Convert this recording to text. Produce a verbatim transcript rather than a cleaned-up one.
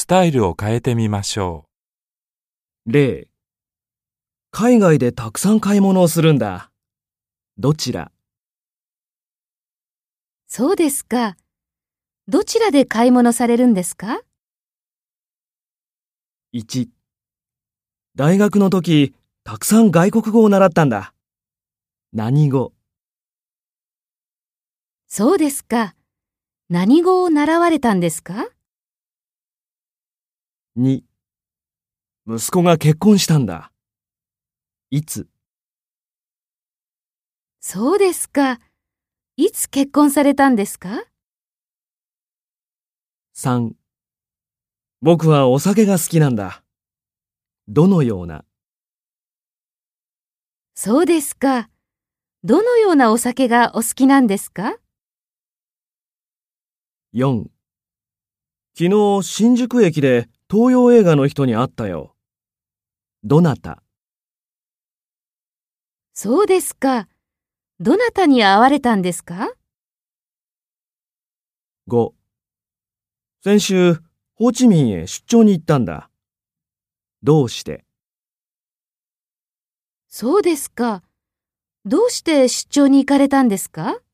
タイルを変えてみましょ例、海外でたくさん買い物をするんだ。どちら？ そうですか。どちらで買い物されるんですか？ いち、大学の時、たくさん外国語を習ったんだ。何語？ そうですか。何語を習われたんですか？ に、息子が結婚したんだ。いつ？ そうですか。いつ結婚されたんですか？ さん、僕はお酒が好きなんだ。どのような？ そうですか。どのようなお酒がお好きなんですか？ よん、昨日新宿駅で東洋映画の人に会ったよ。どなた？ そうですか。どなたに会われたんですか？ ご、先週、ホーチミンへ出張に行ったんだ。どうして？ そうですか。どうして出張に行かれたんですか？